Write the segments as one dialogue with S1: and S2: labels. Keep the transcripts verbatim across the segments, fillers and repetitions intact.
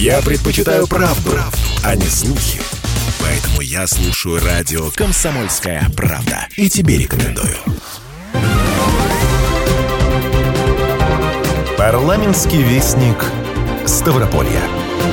S1: Я предпочитаю правду, правду, а не слухи. Поэтому я слушаю радио «Комсомольская правда». И тебе рекомендую. Парламентский вестник Ставрополья.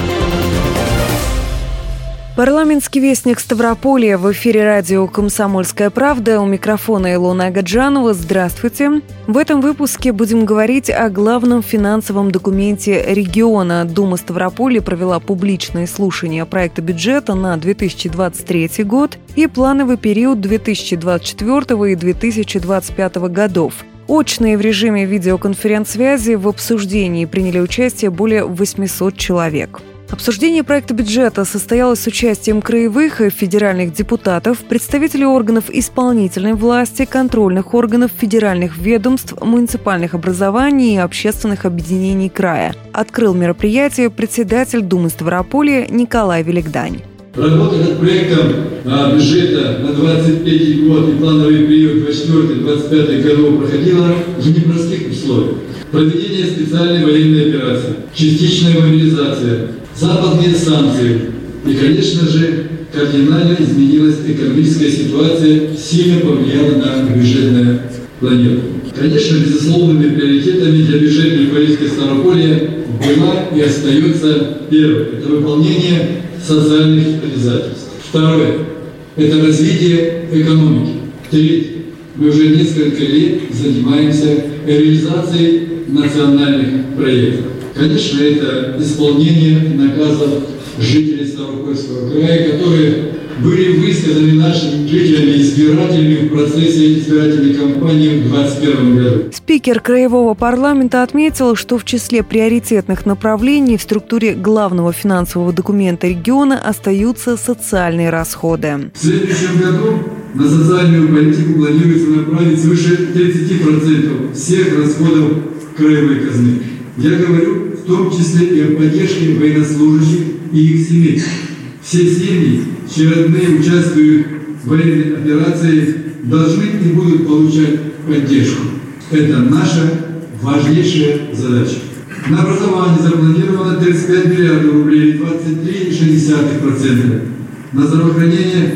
S2: Парламентский вестник Ставрополья. В эфире радио «Комсомольская правда». У микрофона Илона Агаджанова. Здравствуйте. В этом выпуске будем говорить о главном финансовом документе региона. Дума Ставрополья провела публичное слушание проекта бюджета на две тысячи двадцать третий год и плановый период две тысячи двадцать четвёртого и две тысячи двадцать пятого годов. Очно и в режиме видеоконференц-связи в обсуждении приняли участие более восемьсот человек. Обсуждение проекта бюджета состоялось с участием краевых и федеральных депутатов, представителей органов исполнительной власти, контрольных органов, федеральных ведомств, муниципальных образований и общественных объединений края. Открыл мероприятие председатель Думы Ставрополья Николай Великдань.
S3: Работа над проектом бюджета на двадцать третий год и плановый период двадцать четвёртый — двадцать пятый годов проходила в непростых условиях. Проведение специальной военной операции, частичная мобилизация, западные санкции и, конечно же, кардинально изменилась экономическая ситуация, сильно повлияла на бюджетную планету. Конечно, безусловными приоритетами для бюджетной политики Ставрополья была и остается первое – это выполнение социальных обязательств. Второе – это развитие экономики. Третье – мы уже несколько лет занимаемся реализацией национальных проектов. Конечно, это исполнение наказов жителей Ставропольского края, которые были высказаны нашими жителями-избирателями в процессе избирательной кампании в двадцать первом году.
S2: Спикер Краевого парламента отметил, что в числе приоритетных направлений в структуре главного финансового документа региона остаются социальные расходы.
S3: В следующем году на социальную политику планируется направить свыше тридцати процентов всех расходов краевой казны. Я говорю в том числе и о поддержке военнослужащих и их семей. Все семьи, чьи родные участвуют в военной операции, должны и будут получать поддержку. Это наша важнейшая задача. На образование запланировано тридцать пять миллиардов рублей, двадцать три целых шесть десятых процента. На здравоохранение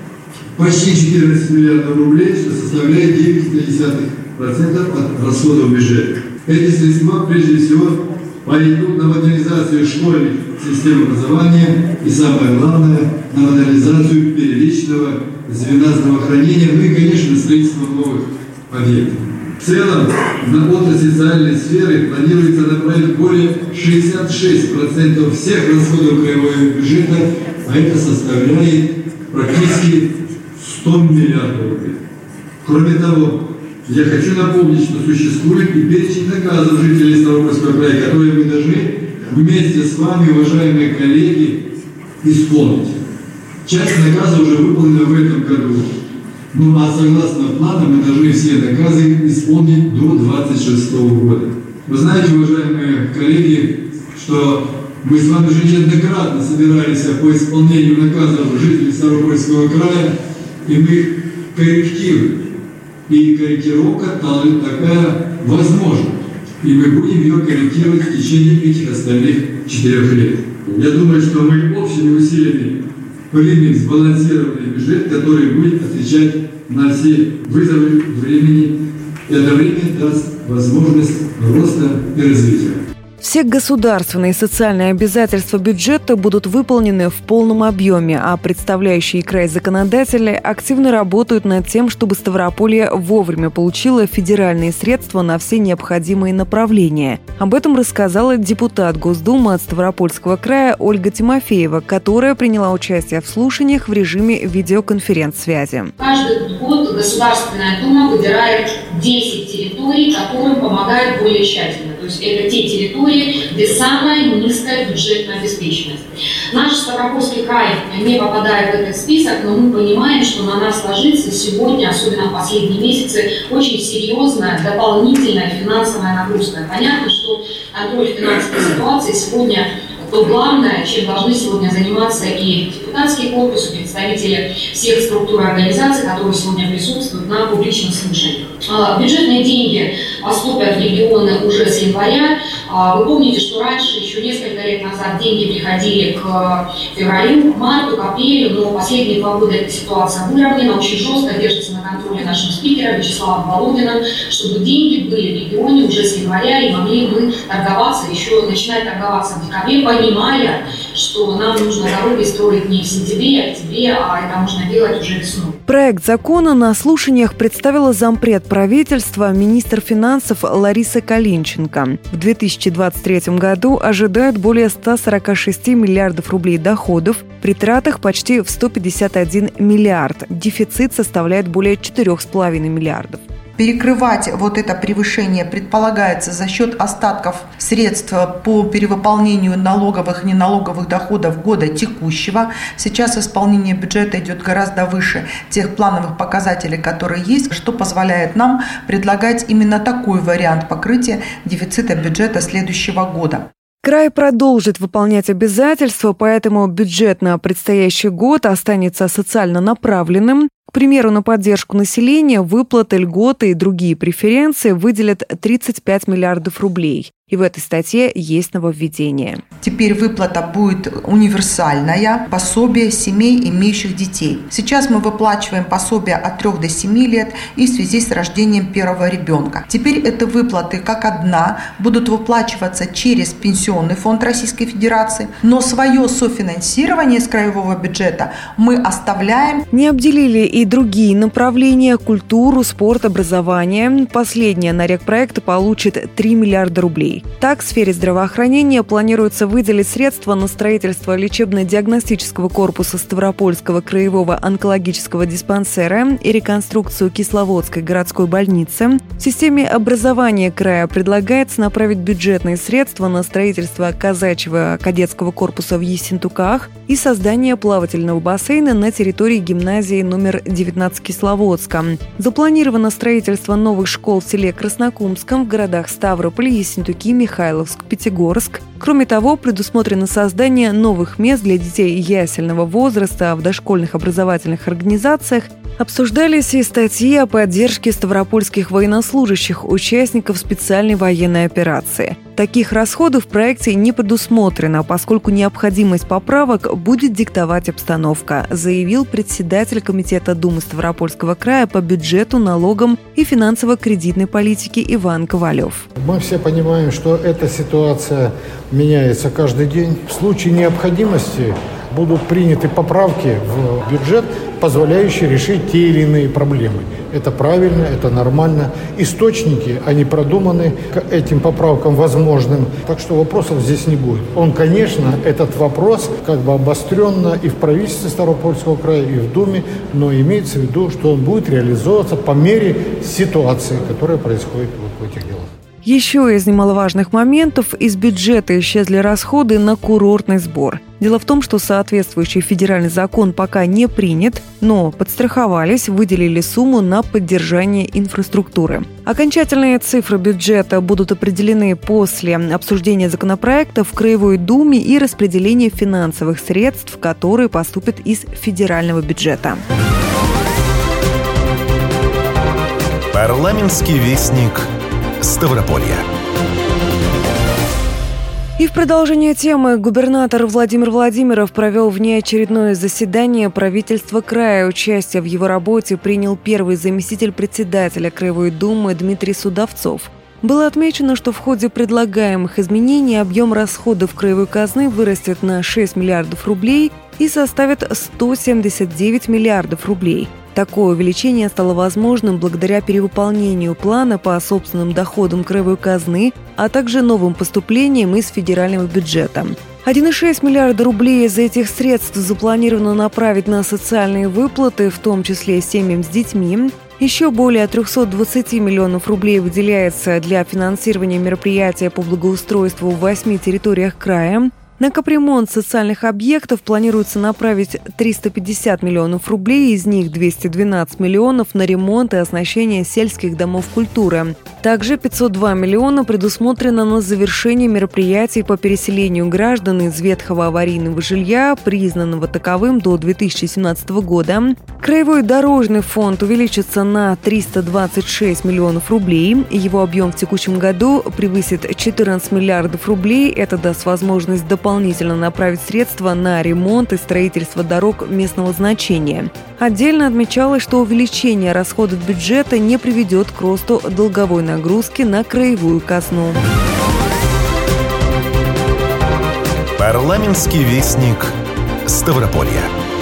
S3: почти четырнадцать миллиардов рублей, что составляет девять целых пять десятых процента от расходов бюджета. Эти средства, прежде всего, пойдут на модернизацию школьных систем образования и, самое главное, на модернизацию первичного звена здравоохранения, ну и, конечно, строительство новых объектов. В целом, на отрасль социальной сферы планируется направить более шестьдесят шесть процентов всех расходов краевого бюджета, а это составляет практически сто миллиардов рублей. Кроме того, я хочу напомнить, что существует и перечень наказов жителей Ставропольского края, которые мы должны вместе с вами, уважаемые коллеги, исполнить. Часть наказа уже выполнена в этом году. Ну а согласно плану мы должны все наказы исполнить до двадцать шестого года. Вы знаете, уважаемые коллеги, что мы с вами уже неоднократно собирались по исполнению наказов жителей Ставропольского края, и мы корректируем. И корректировка такая возможна. И мы будем ее корректировать в течение этих остальных четырех лет. Я думаю, что мы общими усилиями примем сбалансированный бюджет, который будет отвечать на все вызовы времени и одновременно даст возможность роста и развития.
S2: Все государственные и социальные обязательства бюджета будут выполнены в полном объеме, а представляющие край законодатели активно работают над тем, чтобы Ставрополье вовремя получило федеральные средства на все необходимые направления. Об этом рассказала депутат Госдумы от Ставропольского края Ольга Тимофеева, которая приняла участие в слушаниях в режиме видеоконференц-связи.
S4: Каждый год Государственная Дума выбирает десять территорий, которым помогает более тщательно. То есть это те территории, где самая низкая бюджетная обеспеченность. Наш Ставропольский край не попадает в этот список, но мы понимаем, что на нас ложится сегодня, особенно в последние месяцы, очень серьезная дополнительная финансовая нагрузка. Понятно, что контроль финансовой ситуации сегодня то главное, чем должны сегодня заниматься и депутатский корпус, и представители всех структур и организаций, которые сегодня присутствуют на публичных слушаниях. Бюджетные деньги поступят в регионы уже с января. Вы помните, что раньше, еще несколько лет назад, деньги приходили к февралю, к марту, к апрелю, но последние два года эта ситуация выровнена, очень жестко держится на контроле нашим спикером Вячеславом Володиным, чтобы деньги были в регионе уже с января и могли мы торговаться, еще начинать торговаться в декабре, понимая, что нам нужно дороги строить не в сентябре, а в октябре, а это можно делать уже весной.
S2: Проект закона на слушаниях представила зампред правительства, министр финансов Лариса Калинченко. В две тысячи двадцать третьем году ожидают более ста сорока шести миллиардов рублей доходов, при тратах почти в сто пятьдесят один миллиард. Дефицит составляет более четырёх с половиной миллиардов.
S5: Перекрывать вот это превышение предполагается за счет остатков средств по перевыполнению налоговых и неналоговых доходов года текущего. Сейчас исполнение бюджета идет гораздо выше тех плановых показателей, которые есть, что позволяет нам предлагать именно такой вариант покрытия дефицита бюджета следующего года.
S2: Край продолжит выполнять обязательства, поэтому бюджет на предстоящий год останется социально направленным. К примеру, на поддержку населения, выплаты, льготы и другие преференции выделят тридцать пять миллиардов рублей. И в этой статье есть нововведение.
S5: Теперь выплата будет универсальная, пособие семей, имеющих детей. Сейчас мы выплачиваем пособие от трёх до семи лет и в связи с рождением первого ребенка. Теперь эти выплаты как одна будут выплачиваться через Пенсионный фонд Российской Федерации, но свое софинансирование из краевого бюджета мы оставляем.
S2: Не обделили и другие направления – культуру, спорт, образование. Последнее на рекпроекты получит три миллиарда рублей. Так, в сфере здравоохранения планируется выделить средства на строительство лечебно-диагностического корпуса Ставропольского краевого онкологического диспансера и реконструкцию Кисловодской городской больницы. В системе образования края предлагается направить бюджетные средства на строительство казачьего кадетского корпуса в Ессентуках и создание плавательного бассейна на территории гимназии номер девятнадцать Кисловодска. Запланировано строительство новых школ в селе Краснокумском, в городах Ставрополь, Ессентуки, Михайловск, Пятигорск. Кроме того, предусмотрено создание новых мест для детей ясельного возраста в дошкольных образовательных организациях. Обсуждались и статьи о поддержке ставропольских военнослужащих, участников специальной военной операции. Таких расходов в проекте не предусмотрено, поскольку необходимость поправок будет диктовать обстановка, заявил председатель Комитета Думы Ставропольского края по бюджету, налогам и финансово-кредитной политике Иван Ковалев.
S6: Мы все понимаем, что эта ситуация меняется каждый день. В случае необходимости будут приняты поправки в бюджет, позволяющие решить те или иные проблемы. Это правильно, это нормально. Источники, они продуманы к этим поправкам возможным. Так что вопросов здесь не будет. Он, конечно, этот вопрос как бы обостренно и в правительстве Ставропольского края, и в Думе, но имеется в виду, что он будет реализовываться по мере ситуации, которая происходит вот в этих делах.
S2: Еще из немаловажных моментов из бюджета исчезли расходы на курортный сбор. Дело в том, что соответствующий федеральный закон пока не принят, но подстраховались, выделили сумму на поддержание инфраструктуры. Окончательные цифры бюджета будут определены после обсуждения законопроекта в Краевой Думе и распределения финансовых средств, которые поступят из федерального бюджета.
S1: Парламентский вестник Ставрополья.
S2: И в продолжение темы губернатор Владимир Владимиров провел внеочередное заседание правительства края. Участие в его работе принял первый заместитель председателя Краевой Думы Дмитрий Судовцов. Было отмечено, что в ходе предлагаемых изменений объем расходов краевой казны вырастет на шесть миллиардов рублей и составит сто семьдесят девять миллиардов рублей. Такое увеличение стало возможным благодаря перевыполнению плана по собственным доходам краевой казны, а также новым поступлениям из федерального бюджета. один целых шесть десятых миллиарда рублей из этих средств запланировано направить на социальные выплаты, в том числе семьям с детьми. Еще более триста двадцать миллионов рублей выделяется для финансирования мероприятий по благоустройству в восьми территориях края. На капремонт социальных объектов планируется направить триста пятьдесят миллионов рублей, из них двести двенадцать миллионов на ремонт и оснащение сельских домов культуры. Также пятьсот два миллиона предусмотрено на завершение мероприятий по переселению граждан из ветхого аварийного жилья, признанного таковым до две тысячи семнадцатого года. Краевой дорожный фонд увеличится на триста двадцать шесть миллионов рублей. Его объем в текущем году превысит четырнадцать миллиардов рублей. Это даст возможность дополнительно дополнительно направить средства на ремонт и строительство дорог местного значения. Отдельно отмечалось, что увеличение расходов бюджета не приведет к росту долговой нагрузки на краевую казну.
S1: Парламентский вестник Ставрополья.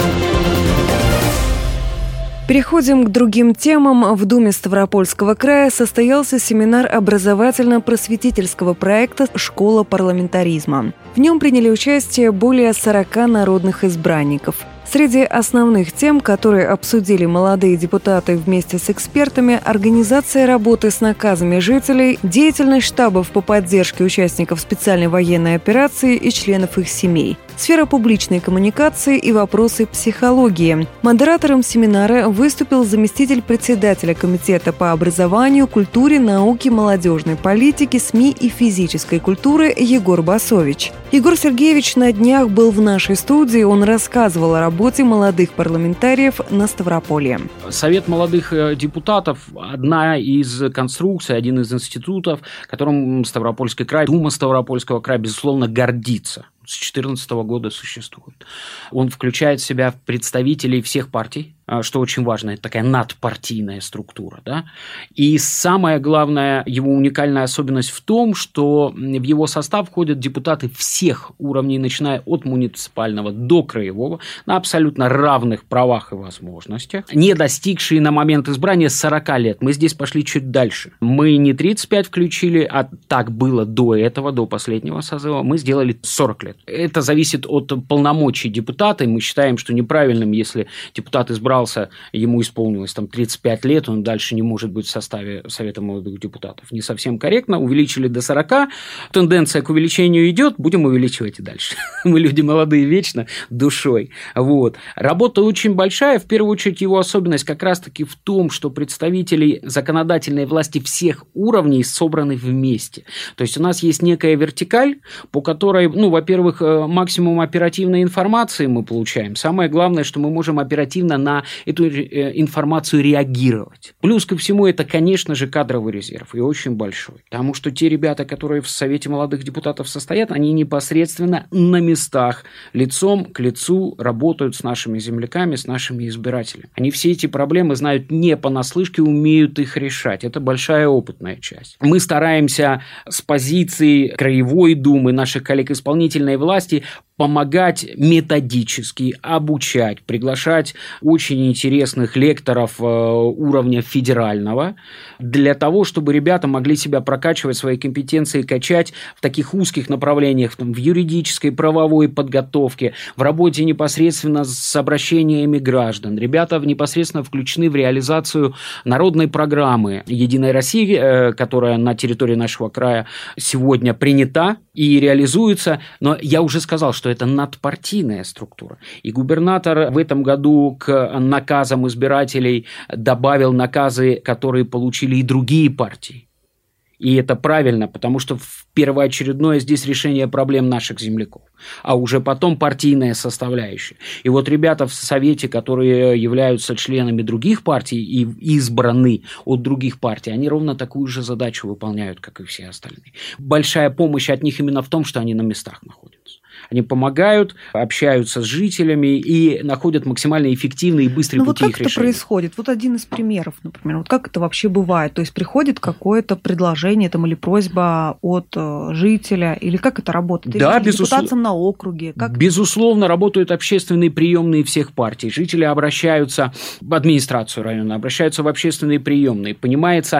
S2: Переходим к другим темам. В Думе Ставропольского края состоялся семинар образовательно-просветительского проекта «Школа парламентаризма». В нем приняли участие более сорока народных избранников. Среди основных тем, которые обсудили молодые депутаты вместе с экспертами, организация работы с наказами жителей, деятельность штабов по поддержке участников специальной военной операции и членов их семей, сфера публичной коммуникации и вопросы психологии. Модератором семинара выступил заместитель председателя Комитета по образованию, культуре, науке, молодежной политике, СМИ и физической культуры Егор Басович. Егор Сергеевич на днях был в нашей студии, он рассказывал о работе работе молодых парламентариев на Ставрополье.
S7: Совет молодых депутатов – одна из конструкций, один из институтов, которым Ставропольский край, Дума Ставропольского края, безусловно, гордится. С две тысячи четырнадцатого года существует. Он включает в себя представителей всех партий, что очень важно, это такая надпартийная структура. Да? И самая главная его уникальная особенность в том, что в его состав входят депутаты всех уровней, начиная от муниципального до краевого, на абсолютно равных правах и возможностях, не достигшие на момент избрания сорока лет. Мы здесь пошли чуть дальше. Мы не тридцать пять включили, а так было до этого, до последнего созыва, мы сделали сорок лет. Это зависит от полномочий депутата, и мы считаем, что неправильным, если депутат избрался, ему исполнилось там тридцать пять лет, он дальше не может быть в составе Совета молодых депутатов. Не совсем корректно, увеличили до сорока, тенденция к увеличению идет, будем увеличивать и дальше. Мы люди молодые вечно, душой. Вот. Работа очень большая, в первую очередь его особенность как раз-таки в том, что представители законодательной власти всех уровней собраны вместе. То есть у нас есть некая вертикаль, по которой, ну, во-первых, максимум оперативной информации мы получаем. Самое главное, что мы можем оперативно на эту информацию реагировать. Плюс ко всему, это, конечно же, кадровый резерв, и очень большой. Потому что те ребята, которые в Совете молодых депутатов состоят, они непосредственно на местах, лицом к лицу работают с нашими земляками, с нашими избирателями. Они все эти проблемы знают не понаслышке, умеют их решать. Это большая опытная часть. Мы стараемся с позиции краевой думы, наших коллег исполнительной власти, помогать методически, обучать, приглашать очень интересных лекторов уровня федерального для того, чтобы ребята могли себя прокачивать, свои компетенции качать в таких узких направлениях, там, в юридической, правовой подготовке, в работе непосредственно с обращениями граждан. Ребята непосредственно включены в реализацию народной программы «Единой России», которая на территории нашего края сегодня принята и реализуется, но я уже сказал, что это надпартийная структура. И губернатор в этом году к наказам избирателей добавил наказы, которые получили и другие партии. И это правильно, потому что первоочередное здесь решение проблем наших земляков, а уже потом партийная составляющая. И вот ребята в Совете, которые являются членами других партий и избраны от других партий, они ровно такую же задачу выполняют, как и все остальные. Большая помощь от них именно в том, что они на местах находятся. Они помогают, общаются с жителями и находят максимально эффективные и быстрые
S2: ну,
S7: пути
S2: вот
S7: их решения.
S2: Как это происходит? Вот один из примеров, например. Вот как это вообще бывает? То есть приходит какое-то предложение там, или просьба от жителя, или как это работает? Или
S7: да,
S2: безусловно. Депутатам на округе? Как...
S7: Безусловно, работают общественные приемные всех партий. Жители обращаются в администрацию района, обращаются в общественные приемные. Понимается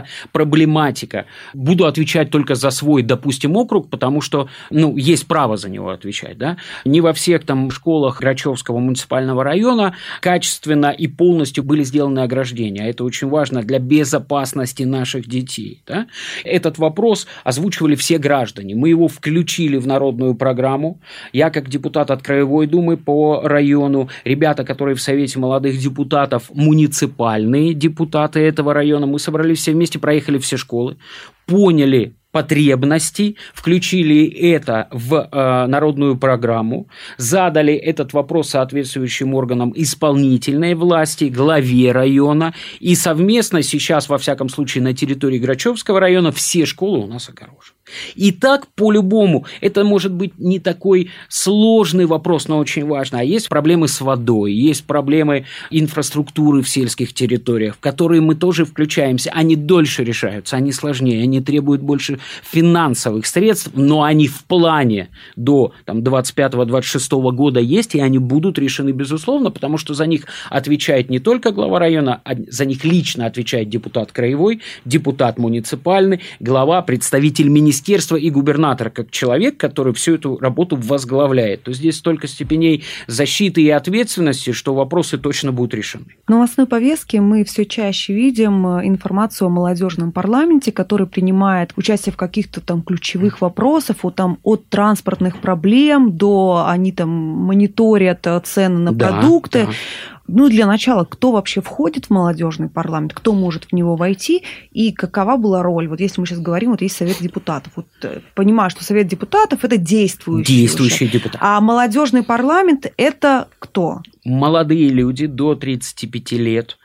S7: проблематика. Буду отвечать только за свой, допустим, округ, потому что ну, есть право за него отвечать. сказать, да, не во всех там школах Грачевского муниципального района качественно и полностью были сделаны ограждения. А это очень важно для безопасности наших детей. Да. Этот вопрос озвучивали все граждане. Мы его включили в народную программу. Я, как депутат от Краевой думы по району, ребята, которые в Совете молодых депутатов, муниципальные депутаты этого района, мы собрались все вместе, проехали все школы, поняли потребностей, включили это в э, народную программу, задали этот вопрос соответствующим органам исполнительной власти, главе района, и совместно сейчас, во всяком случае, на территории Грачевского района все школы у нас огорожены. И так по-любому, это может быть не такой сложный вопрос, но очень важно. А есть проблемы с водой, есть проблемы инфраструктуры в сельских территориях, в которые мы тоже включаемся. Они дольше решаются, они сложнее, они требуют больше финансовых средств, но они в плане до там, двадцать пятого - двадцать шестого года есть, и они будут решены, безусловно, потому что за них отвечает не только глава района, а за них лично отвечает депутат краевой, депутат муниципальный, глава, представитель министерства и губернатор, как человек, который всю эту работу возглавляет. То здесь столько степеней защиты и ответственности, что вопросы точно будут решены.
S2: В новостной повестке мы все чаще видим информацию о молодежном парламенте, который принимает участие в каких-то там ключевых вопросах, от, там, от транспортных проблем до они там мониторят цены на да, продукты. Да. Ну, для начала, кто вообще входит в молодежный парламент, кто может в него войти и какова была роль? Вот если мы сейчас говорим, вот есть Совет депутатов. Вот понимаю, что Совет депутатов – это действующий.
S7: Действующий депутат.
S2: А молодежный парламент – это кто?
S7: Молодые люди до тридцати пяти лет,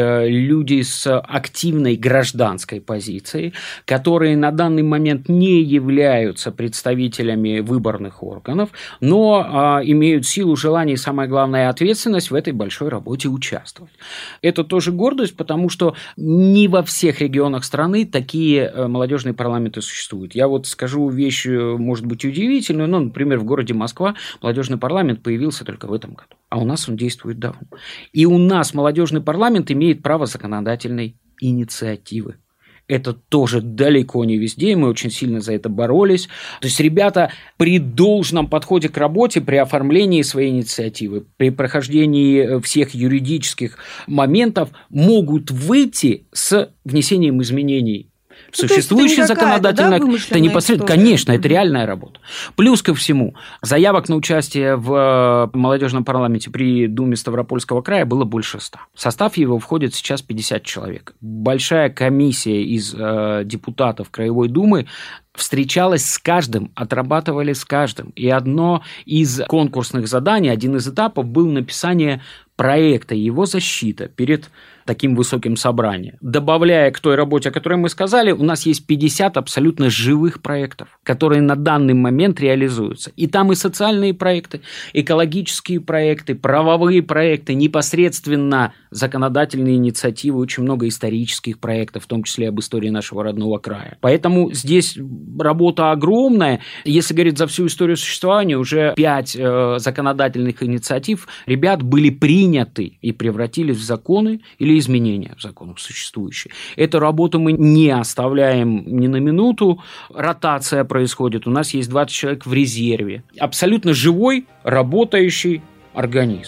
S7: люди с активной гражданской позицией, которые на данный момент не являются представителями выборных органов, но а, имеют силу, желание и, самое главное, ответственность в этой большой работе участвовать. Это тоже гордость, потому что не во всех регионах страны такие молодежные парламенты существуют. Я вот скажу вещь, может быть, удивительную, но, например, в городе Москва молодежный парламент появился только в этом году, а у нас он действует давно. И у нас молодежный парламент имеет право законодательной инициативы. Это тоже далеко не везде, и мы очень сильно за это боролись. То есть ребята при должном подходе к работе, при оформлении своей инициативы, при прохождении всех юридических моментов могут выйти с внесением изменений в ну, существующий законодательный акт. Да, это непосредственно, история. Конечно, это реальная работа. Плюс ко всему, заявок на участие в молодежном парламенте при Думе Ставропольского края было больше ста. В состав его входит сейчас пятьдесят человек. Большая комиссия из э, депутатов Краевой Думы встречалась с каждым, отрабатывали с каждым. И одно из конкурсных заданий, один из этапов был написание проекта, его защита перед таким высоким собранием. Добавляя к той работе, о которой мы сказали, у нас есть пятьдесят абсолютно живых проектов, которые на данный момент реализуются. И там и социальные проекты, экологические проекты, правовые проекты, непосредственно законодательные инициативы, очень много исторических проектов, в том числе об истории нашего родного края. Поэтому здесь работа огромная. Если говорить за всю историю существования, уже пять э, законодательных инициатив ребят были приняты и превратились в законы или изменения в законах существующие. Эту работу мы не оставляем ни на минуту. Ротация происходит. У нас есть двадцать человек в резерве. Абсолютно живой, работающий организм.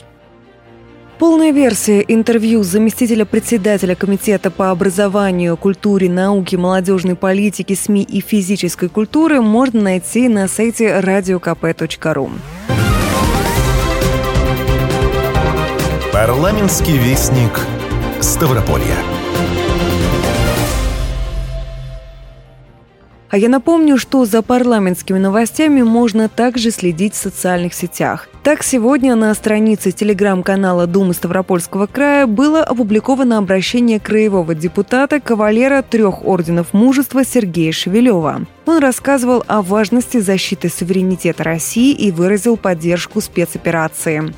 S2: Полная версия интервью заместителя председателя Комитета по образованию, культуре, науке, молодежной политике, СМИ и физической культуры можно найти на сайте радио ка пэ точка ру.
S1: Парламентский вестник Ставрополья.
S2: А я напомню, что за парламентскими новостями можно также следить в социальных сетях. Так, сегодня на странице телеграм-канала Думы Ставропольского края было опубликовано обращение краевого депутата, кавалера трех орденов мужества Сергея Шевелева. Он рассказывал о важности защиты суверенитета России и выразил поддержку спецоперации.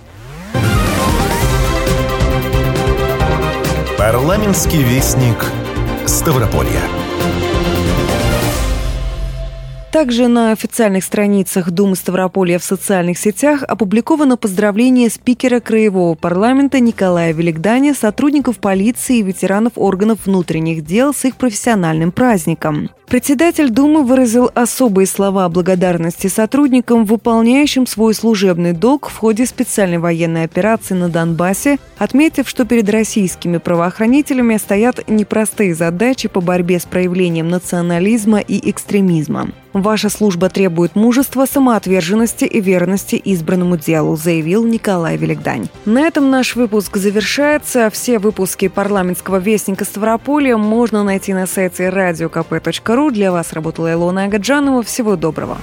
S1: Парламентский вестник Ставрополья.
S2: Также на официальных страницах Думы Ставрополья в социальных сетях опубликовано поздравление спикера Краевого парламента Николая Великданя, сотрудников полиции и ветеранов органов внутренних дел с их профессиональным праздником. Председатель Думы выразил особые слова благодарности сотрудникам, выполняющим свой служебный долг в ходе специальной военной операции на Донбассе, отметив, что перед российскими правоохранителями стоят непростые задачи по борьбе с проявлением национализма и экстремизма. «Ваша служба требует мужества, самоотверженности и верности избранному делу», заявил Николай Великдань. На этом наш выпуск завершается. Все выпуски парламентского вестника Ставрополья можно найти на сайте радио ка пэ точка ру. Для вас работала Илона Агаджанова. Всего доброго.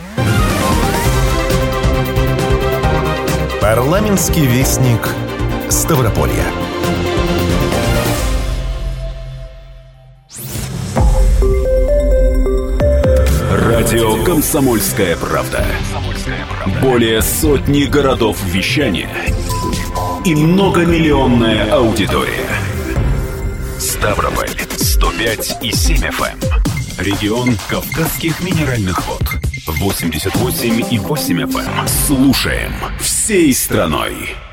S1: Парламентский вестник Ставрополья. Радио «Комсомольская правда». Более сотни городов вещания и многомиллионная аудитория. Ставрополь сто пять и семь эф эм. Регион Кавказских минеральных вод восемьдесят восемь и восемь эф эм. Слушаем всей страной.